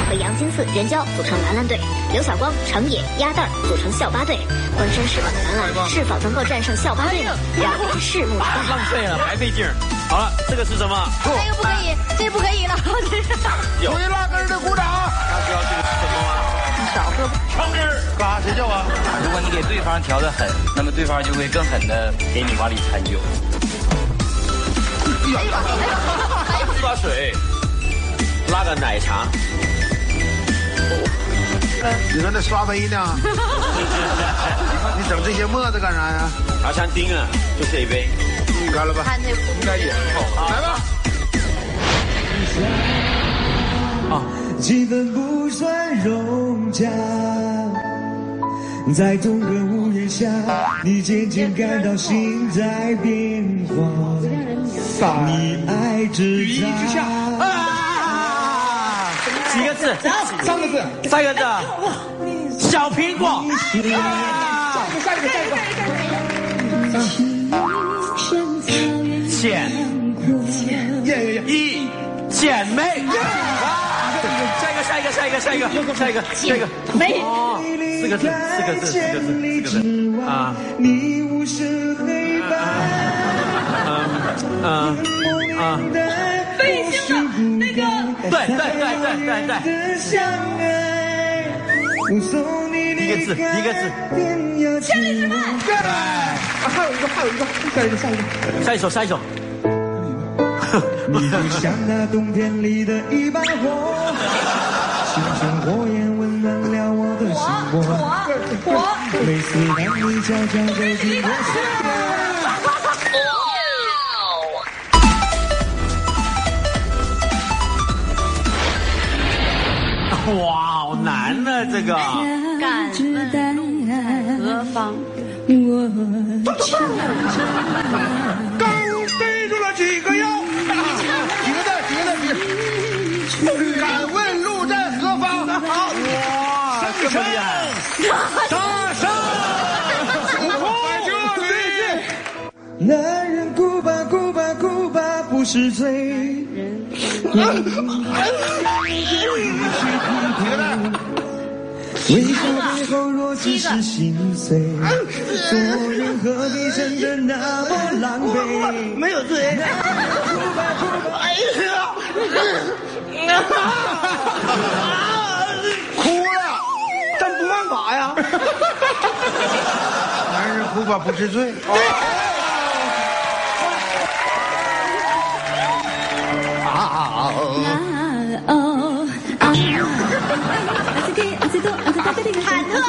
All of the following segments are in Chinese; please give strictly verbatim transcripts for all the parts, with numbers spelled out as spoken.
和杨金四、任娇组成蓝蓝队，刘晓光、程野、鸭蛋组成校八队。浑身是宝的蓝蓝是否能够战胜校八队呢？让我们拭目以待。 浪费了，白费劲儿。好了，这个是什么？ 这个不可以，这个不可以了。 有推拉根的鼓掌。 他知道这个是什么吗？ 少喝。 唱歌嘎谁叫啊？ 如果你给对方调得狠，那么对方就会更狠的给你往里掺酒。 刷水，拉个奶茶。 你说那刷杯呢？你整这些沫子干啥呀？ 茶餐厅啊，就这一杯。 嗯，干了吧？ 看这应该也很好。来吧。 啊，气氛不算融洽，在同个屋檐下，你渐渐感到心在变化。你爱之下啊，几个字？ 三个字。 三个字。小苹果。 啊，下一个，下一个，下一个。 姐，一姐妹。下一个，下一个，下一个，下一个，下一个，下一个。 没。 哦，四个字，四个字，四个字，四个字。啊。 你无视黑白。 嗯嗯啊。 费心了，那个。 对对对对对对。一个字，一个字。 千里之外。 对。啊，还有一个，还有一个，下一个，下一个。 下一首，下一首。 你就像那冬天里的一把火，心中火焰温暖了我的心窝。 我我每次当你悄悄走进我身边。哇，好难呢、啊，这个。 敢问路在何方？ 我刚逮住了几个妖？几个字？几个字？敢问路在何方？好， 哇，这么厉害！ 大声！在这里。 男人哭吧哭吧哭吧不是罪。微笑背后若只是心碎，做人何必真的那么狼狈？ 没有罪。 哭吧哭吧， 哎呀！哭了，但不犯法呀。男人哭吧不是罪。啊！ 忐忑。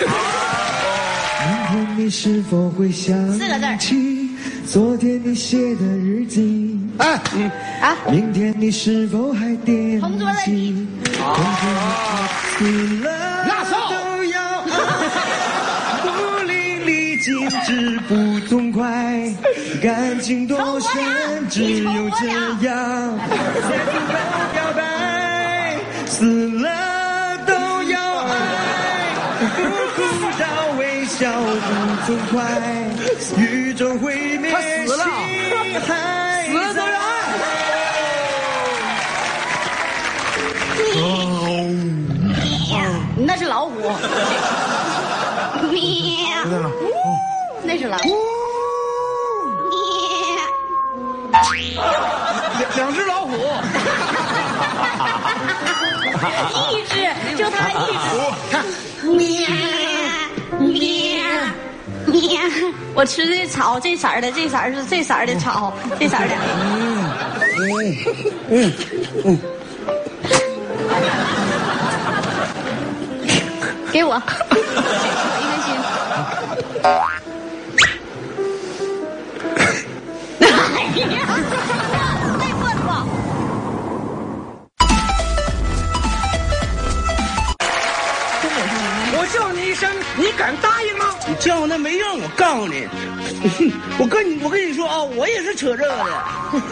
明天你是否会想起昨天你写的日记？ 哎，嗯啊， 明天你是否还惦同桌的记？ 你。 同桌死了都要不淋漓尽致不痛快，感情多深只有这样才能够表白。死了都要爱，不哭到微笑不痛快，宇宙毁灭他死了， 死了都要爱。 那是老虎。喵。那是老虎。 两两只老虎。 一只，就他一只。喵喵喵！我吃的草这色儿的，这色儿是这色儿的草，这色儿的。 嗯嗯嗯。 给我，一根心。哎呀，再过过。 我叫你一声，你敢答应吗？ 你叫那没用，我告诉你，我跟你我跟你说啊，我也是扯这个的。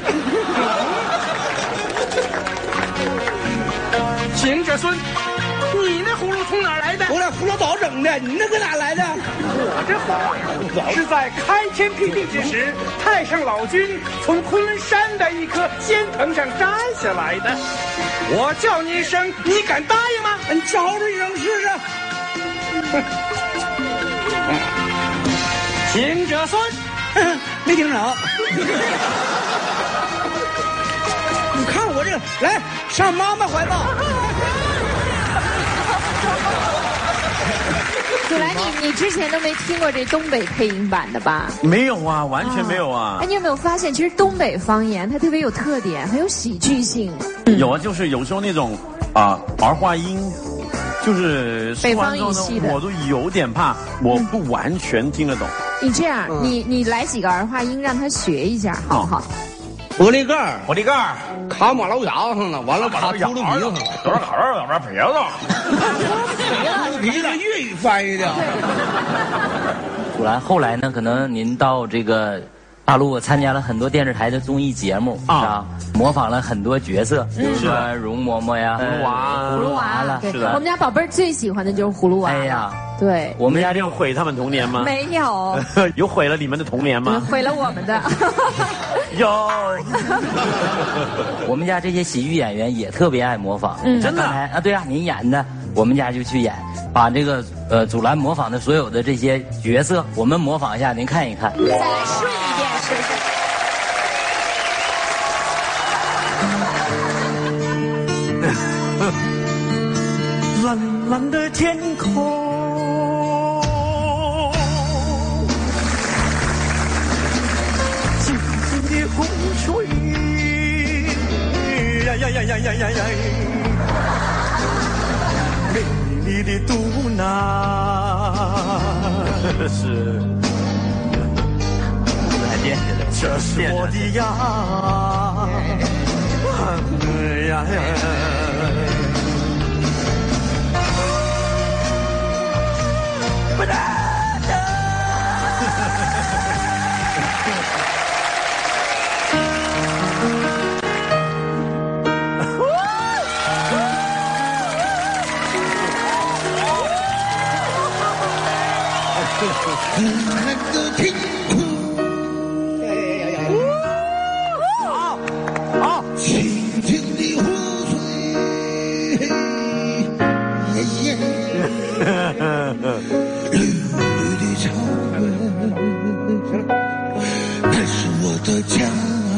秦者孙， 你那葫芦从哪儿来的？ 我俩葫芦岛整的，你那搁哪来的？ 我这葫芦是在开天辟地之时，太上老君从昆仑山的一棵仙藤上摘下来的。我叫你一声，你敢答应吗？ 你招着一声试试。 行者孙， 没听着。你看我这个，来上妈妈怀抱。 祖蓝，你你之前都没听过这东北配音版的吧？ 没有啊，完全没有啊。 哎，你有没有发现，其实东北方言它特别有特点，很有喜剧性。 有啊，就是有时候那种啊、儿化音，就是北方语系的， 我都有点怕，我不完全听得懂。 你这样，嗯、你你来几个儿化音，让他学一下，好不好？ 玻璃盖儿， 玻璃盖儿， 卡马路牙上了，完了把它秃噜皮上了， 有点烤肉，有点皮子。 秃噜皮是粤语翻译的。 祖蓝，后来呢？可能您到这个大陆参加了很多电视台的综艺节目啊，是吧？模仿了很多角色，比如说容嬷嬷呀、 葫芦娃、 葫芦娃了， 是的。我们家宝贝儿最喜欢的就是葫芦娃。 哎呀， 对， 我们家就毁他们童年吗？ 没有， 有毁了你们的童年吗？ 毁了我们的。 有。 我们家这些喜剧演员也特别爱模仿， 嗯， 真的啊，对啊，您演的，我们家就去演，把这个呃祖蓝模仿的所有的这些角色，我们模仿一下，您看一看。 再来顺一遍，是不是？ 蓝蓝的天空，静静的湖水，呀呀呀呀呀呀呀，美丽的杜娜， 是，还惦记着， 这是我的呀，哎呀呀。不能的。那个天空，好，好，清清的湖水，耶耶。那是我的家，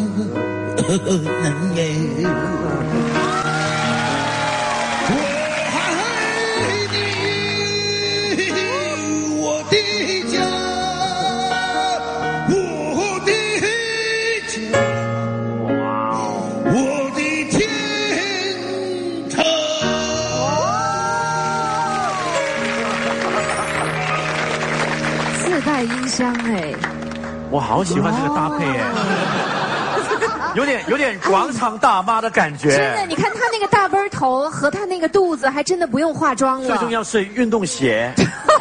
我爱你，我的家，我的家，我的天堂。 自带音箱哎。 我好喜欢这个搭配哎，有点有点广场大妈的感觉。 真的，你看她那个大背头和她那个肚子，还真的不用化妆了。 最重要是运动鞋。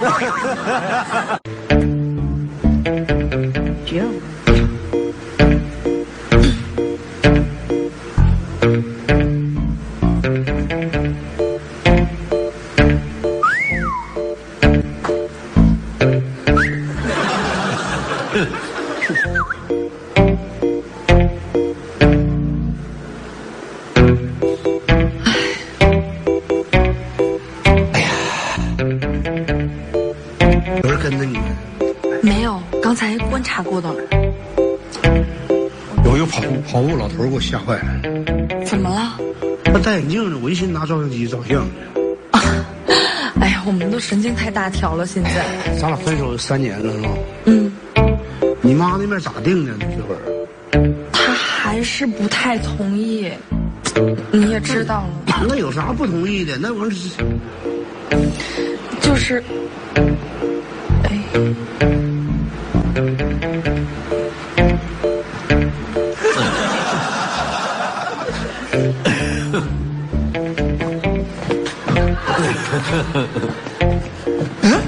有人跟着你？ 没有，刚才观察过的。 有一个跑步跑步老头给我吓坏了。 怎么了？ 他戴眼镜呢，我一心拿照相机照相啊。哎呀，我们都神经太大条了，现在。 咱俩分手三年了是吧？ 嗯。 你妈那边咋定的这会儿？ 他还是不太同意。你也知道了。 那有啥不同意的？那玩意儿就是，哎。 嗯？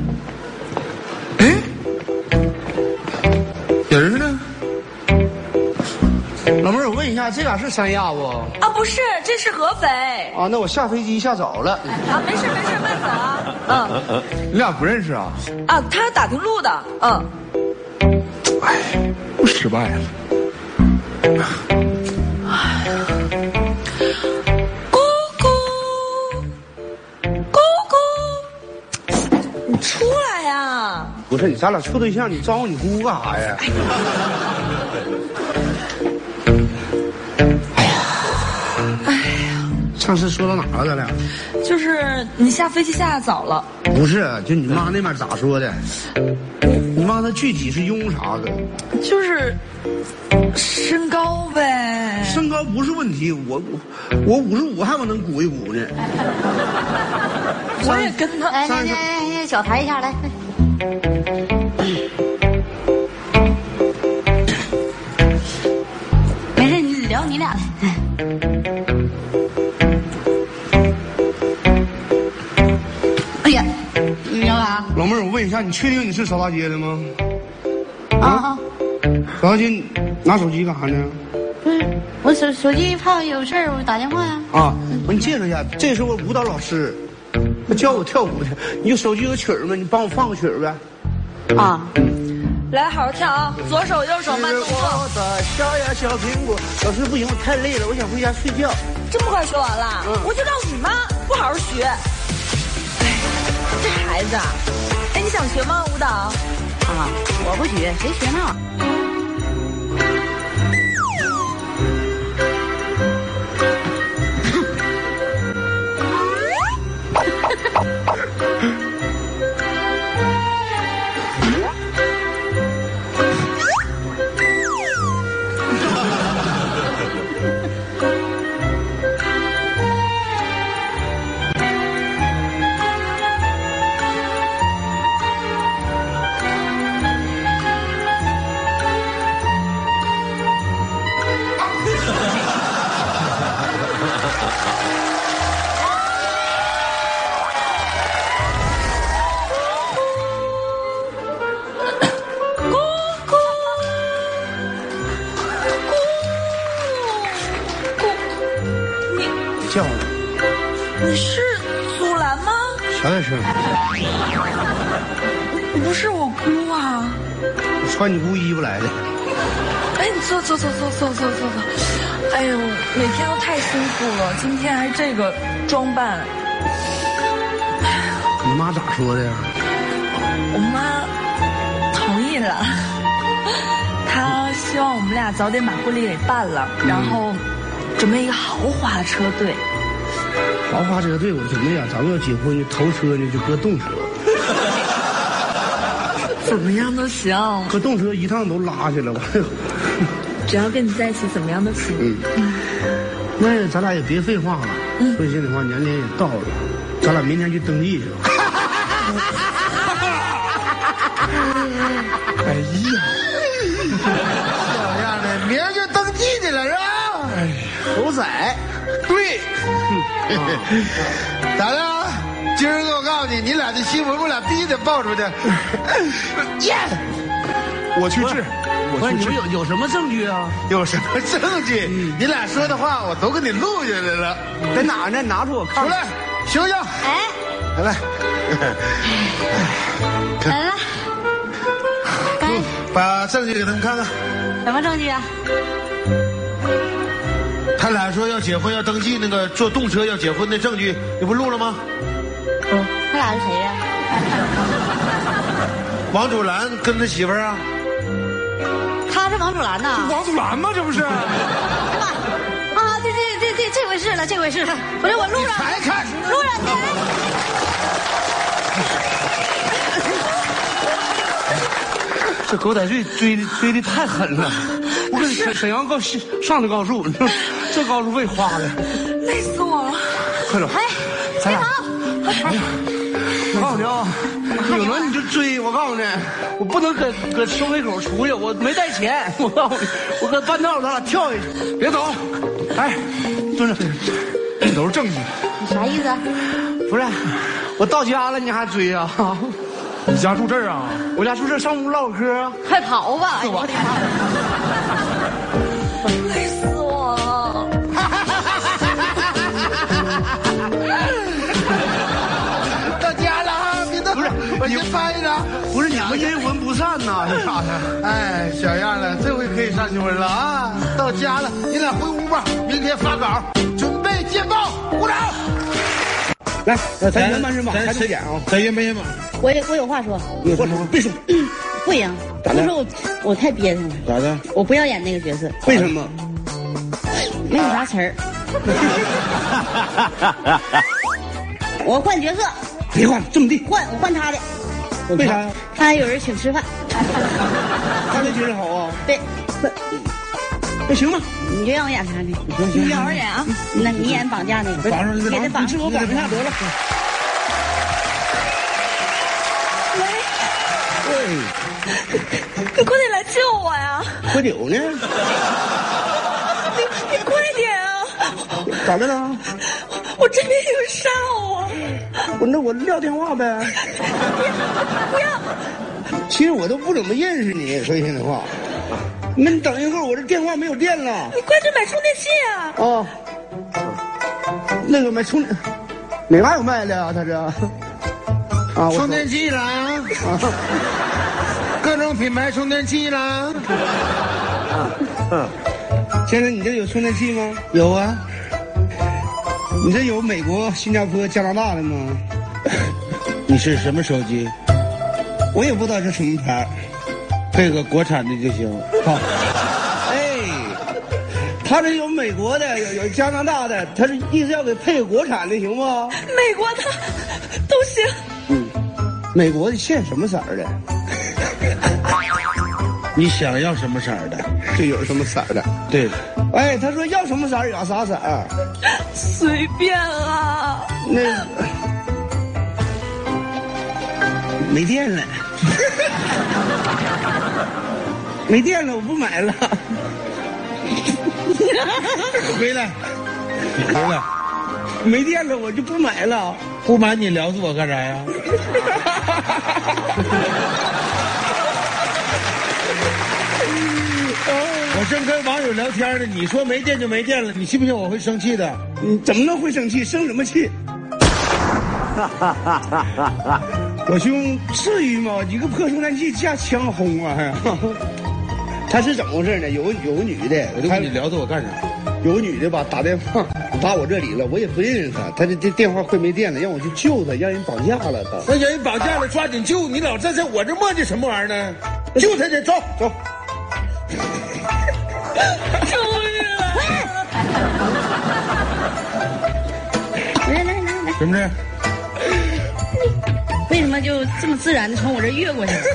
哎？人呢？老妹儿，我问一下， 呀，这俩是三亚不？ 啊，不是，这是合肥。 啊，那我下飞机下早了。 啊，没事没事，慢走啊。嗯， 你俩不认识啊？ 啊，他是打听路的。嗯。 哎，我失败了。 姑姑，姑姑，你出来呀！ 不是你，咱俩处对象，你招呼你姑姑干啥呀？哎呀，哎呀，上次说到哪了？咱俩就是你下飞机下的早了。 不是，就你妈那边咋说的？你妈她具体是因为啥的？ 就是身高呗。 身高不是问题，我我我五十五还不能鼓一鼓呢。 我也跟他。 来来来来，脚抬一下来。没事，你聊你俩的。哎呀，你聊啥？ 老妹儿，我问一下，你确定你是扫大街的吗？ 啊啊！ 扫大街拿手机干啥呢？ 不是，我手手机怕有事儿，我打电话呀。 啊，我给你介绍一下，这是我舞蹈老师，他教我跳舞的。你手机有曲儿吗？你帮我放个曲儿呗。 啊。 来，好好跳啊！左手右手慢动作。 我的小呀小苹果，老师不行，我太累了，我想回家睡觉。 这么快学完了？嗯、我就告诉你妈，不好好学。哎，这孩子啊，哎，你想学吗？舞蹈？ 啊，我不学，谁学那玩意儿？ 叫了。 你是祖蓝吗？ 小点声。 不是我姑啊。 我穿你姑衣服来的。 哎，你坐坐坐坐坐坐坐坐。哎呦，每天都太辛苦了，今天还这个装扮。 你妈咋说的呀？ 我妈同意了，她希望我们俩早点把婚礼给办了，嗯、然后准备一个豪华的车队。 豪华车队我准备啊，咱们要结婚头车呢就搁动车。 怎么样都行， 搁动车一趟都拉去了，完了。 只要跟你在一起，怎么样都行。 嗯，那咱俩也别废话了。嗯，说心里话，年龄也到了，咱俩明天去登记去吧。哎呀， 小样的，明儿就登记去了是吧？ 哎， 狗仔，对，咋的？今儿个我告诉你，你俩这新闻我俩必须得爆出去。耶！ 我去治。 不是你们有有什么证据啊？ 有什么证据？嗯、你俩说的话我都给你录下来了。 在哪呢？拿出我看看。 出来，醒醒！ 哎， 来来， 来了，该把证据给他们看看。 什么证据啊？ 他俩说要结婚要登记，那个坐动车要结婚的证据，你不录了吗？ 嗯，他俩是谁呀、 啊？王祖蓝跟他媳妇儿啊。 他是王祖蓝呐？ 王祖蓝吗？这不是？ 啊，这这这这这回是了，这回是了。不是我录上， 才看录上去。 这狗仔队追的追的太狠了！我跟沈沈阳高上的高速，你说这高速费花的， 累死我了！ 快走！ 哎，别跑！ 哎呀，我告诉你啊，有了你就追！我告诉你，我不能搁搁收费口出去，我没带钱。我告诉你，我搁半道咱俩跳下去，别走！哎，蹲着，这都是证据。 你啥意思？ 不是，我到家了你还追啊？你家住这儿啊？我家住这儿，上屋唠会嗑啊。 快跑吧！ 我的妈！ 累死我了！ 你掰的，不是你们阴魂不散呐？这啥的？ 哎，小样了，这回可以上新闻了啊！到家了，你俩回屋吧，明天发稿，准备见报，鼓掌。 来，咱圆满是吧？咱吃点啊， 咱圆满圆满。 我有我有话说， 有话说，别说。 不行，我说我我太憋屈了。 咋的？ 我不要演那个角色。 为什么？ 没有啥词儿。我换角色。 别换，这么地。 换我换他的。 为啥呀？ 他还有人请吃饭。 他这角色好啊。 对。 那那行吧， 你就让我演他的。 行行， 你让我演啊。那你演绑架那个。 绑上你给他绑， 你我绑一下得了。 你快点来救我呀！ 喝酒呢？ 你你快点啊！ 咋的了？ 我这边有人杀我！ 我那我撂电话呗。 不要！ 其实我都不怎么认识你，说心里话。那你等一会儿，我这电话没有电了。 你快去买充电器啊！ 哦，那个买充电，哪嘎有卖的啊？他这啊， 充电器啦。啊各种品牌充电器啦。 嗯，先生，你这有充电器吗？ 有啊。 你这有美国、新加坡、加拿大的吗？ 你是什么手机？ 我也不知道这什么牌， 配个国产的就行。 好。哎，他这有美国的，有有加拿大的，他是意思要给配个国产的，行不？ 美国的都行。 嗯，美国的线什么色儿的？ 你想要什么色儿的？ 就有什么色儿的。 对。 哎，他说要什么色儿有啥色儿。 随便啊。 那没电了。没电了，我不买了。 回来，你回来。 没电了，我就不买了。 不买你撩死我干啥呀？我正跟网友聊天呢，你说没电就没电了，你信不信我会生气的？ 你怎么能会生气？生什么气？我兄，至于吗？一个破充电器架枪轰啊！还他是怎么回事呢？有个有个女的， 我就跟你聊着我干啥？ 有个女的吧，打电话打我这里了，我也不认识她，她这这电话快没电了，让我去救她，让人绑架了她。 那让人绑架了，抓紧救！你老在在我这磨叽什么玩意儿呢？救她去，走走。 终于了！ 来来来来， 什么事？ 为什么就这么自然的从我这越过去了？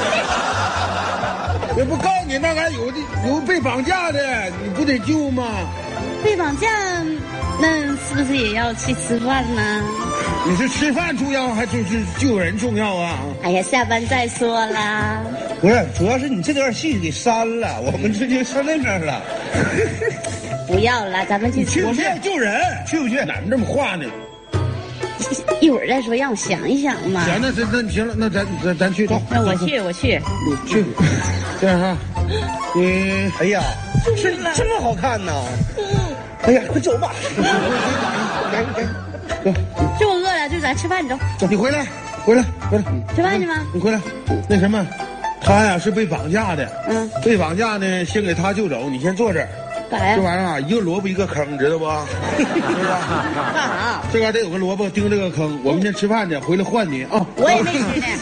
我不告诉你那嘎有的有被绑架的，你不得救吗？ 被绑架，那是不是也要去吃饭呢？ 你是吃饭重要还就是救人重要啊？ 哎呀，下班再说啦。 不是，主要是你这段戏给删了，我们这就上那边了。 不要了，咱们去吃。 我们要救人， 去不去？ 哪这么话呢？ 一会儿再说，让我想一想嘛。 行，那那那行了，那咱咱咱去走。 那我去，我去。 你去。这样哈，你哎呀，是这么好看呢。哎呀，快走吧。来来， 就我饿了，就咱吃饭，你走。 走，你回来，回来，回来。 吃饭去吗？ 你回来。那什么，他呀是被绑架的。 嗯。 被绑架呢，先给他救走，你先坐这儿。 干啥呀？ 这玩意儿啊，一个萝卜一个坑，知道不？是不是？ 干啥？ 这嘎得有个萝卜盯这个坑，我们先吃饭去，回来换你啊。 我也没吃呢。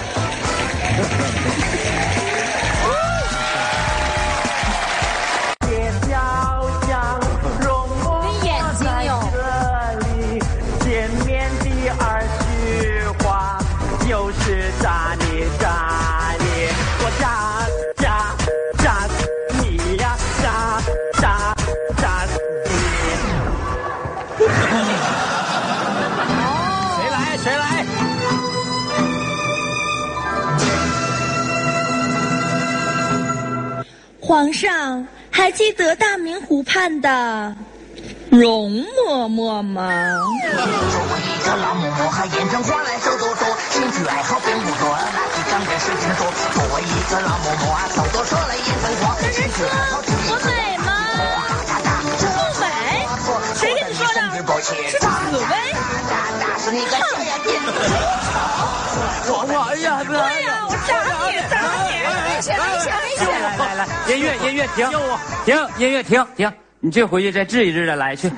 你眼睛有。 见面第二句话就是炸你炸你，我炸炸炸死你呀，炸炸炸死你。 谁来谁来？ 皇上还记得大明湖畔的容嬷嬷吗？ 作为一个老嬷嬷，还验证花来手多多，兴趣爱好并不多，那是长点事情多。作为一个老嬷嬷啊，手多说来验证花，兴趣爱好只我美吗？不美？谁跟你说的？是紫薇。 死你个小丫头！ 我我哎呀，不是， 对呀，我打你，打你，危险，危险，危险！ 来来来，音乐音乐停，停，音乐停停，你这回去再治一治的，来去。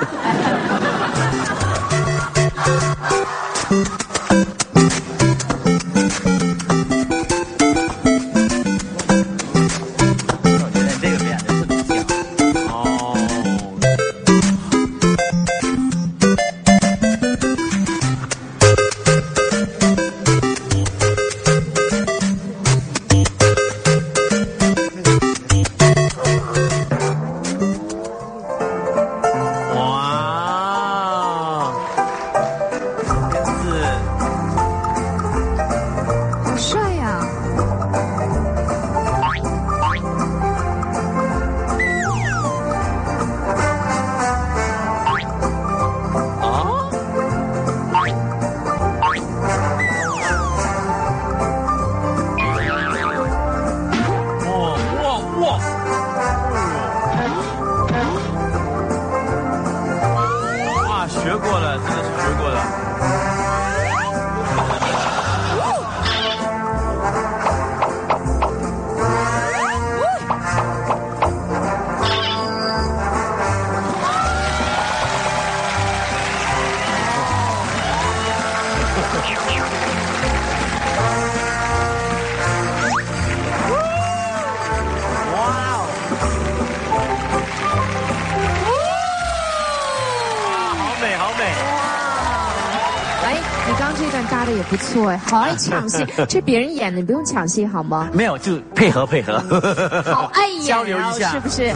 不错哎，好爱抢戏，这别人演的，你不用抢戏好吗？ 没有，就配合配合。 好爱演， 交流一下， 是不是？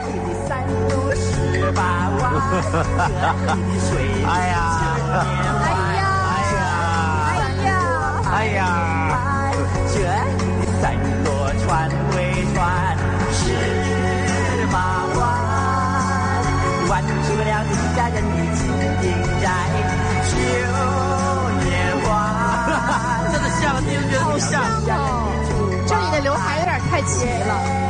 哎呀， 哎呀，哎呀， 哎呀，这里的三座船为船，十八弯，弯出了一家人的金银寨，九年华。 真的像了，你就觉得像哦。这里的刘海有点太齐了。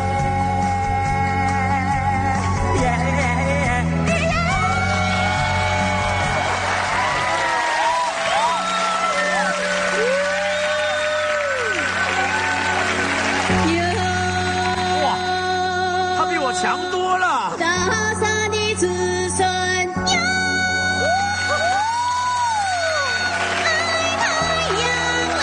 强多了。 大厦的子孙呀，哎呀呀，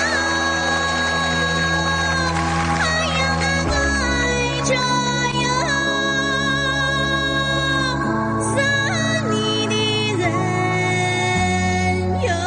哎呀爱着呀，三里的人哟。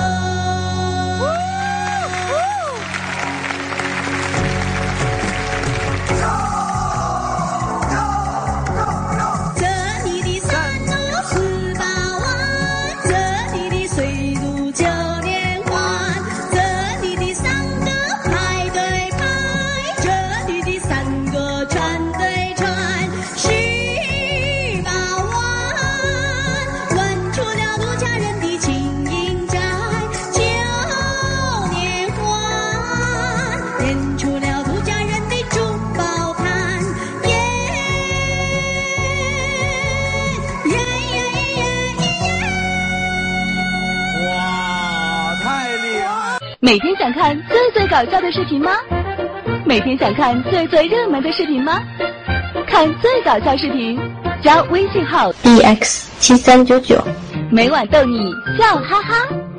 每天想看最最搞笑的视频吗？每天想看最最热门的视频吗？看最搞笑视频，加微信号 b x 七三九九， 每晚逗你笑哈哈。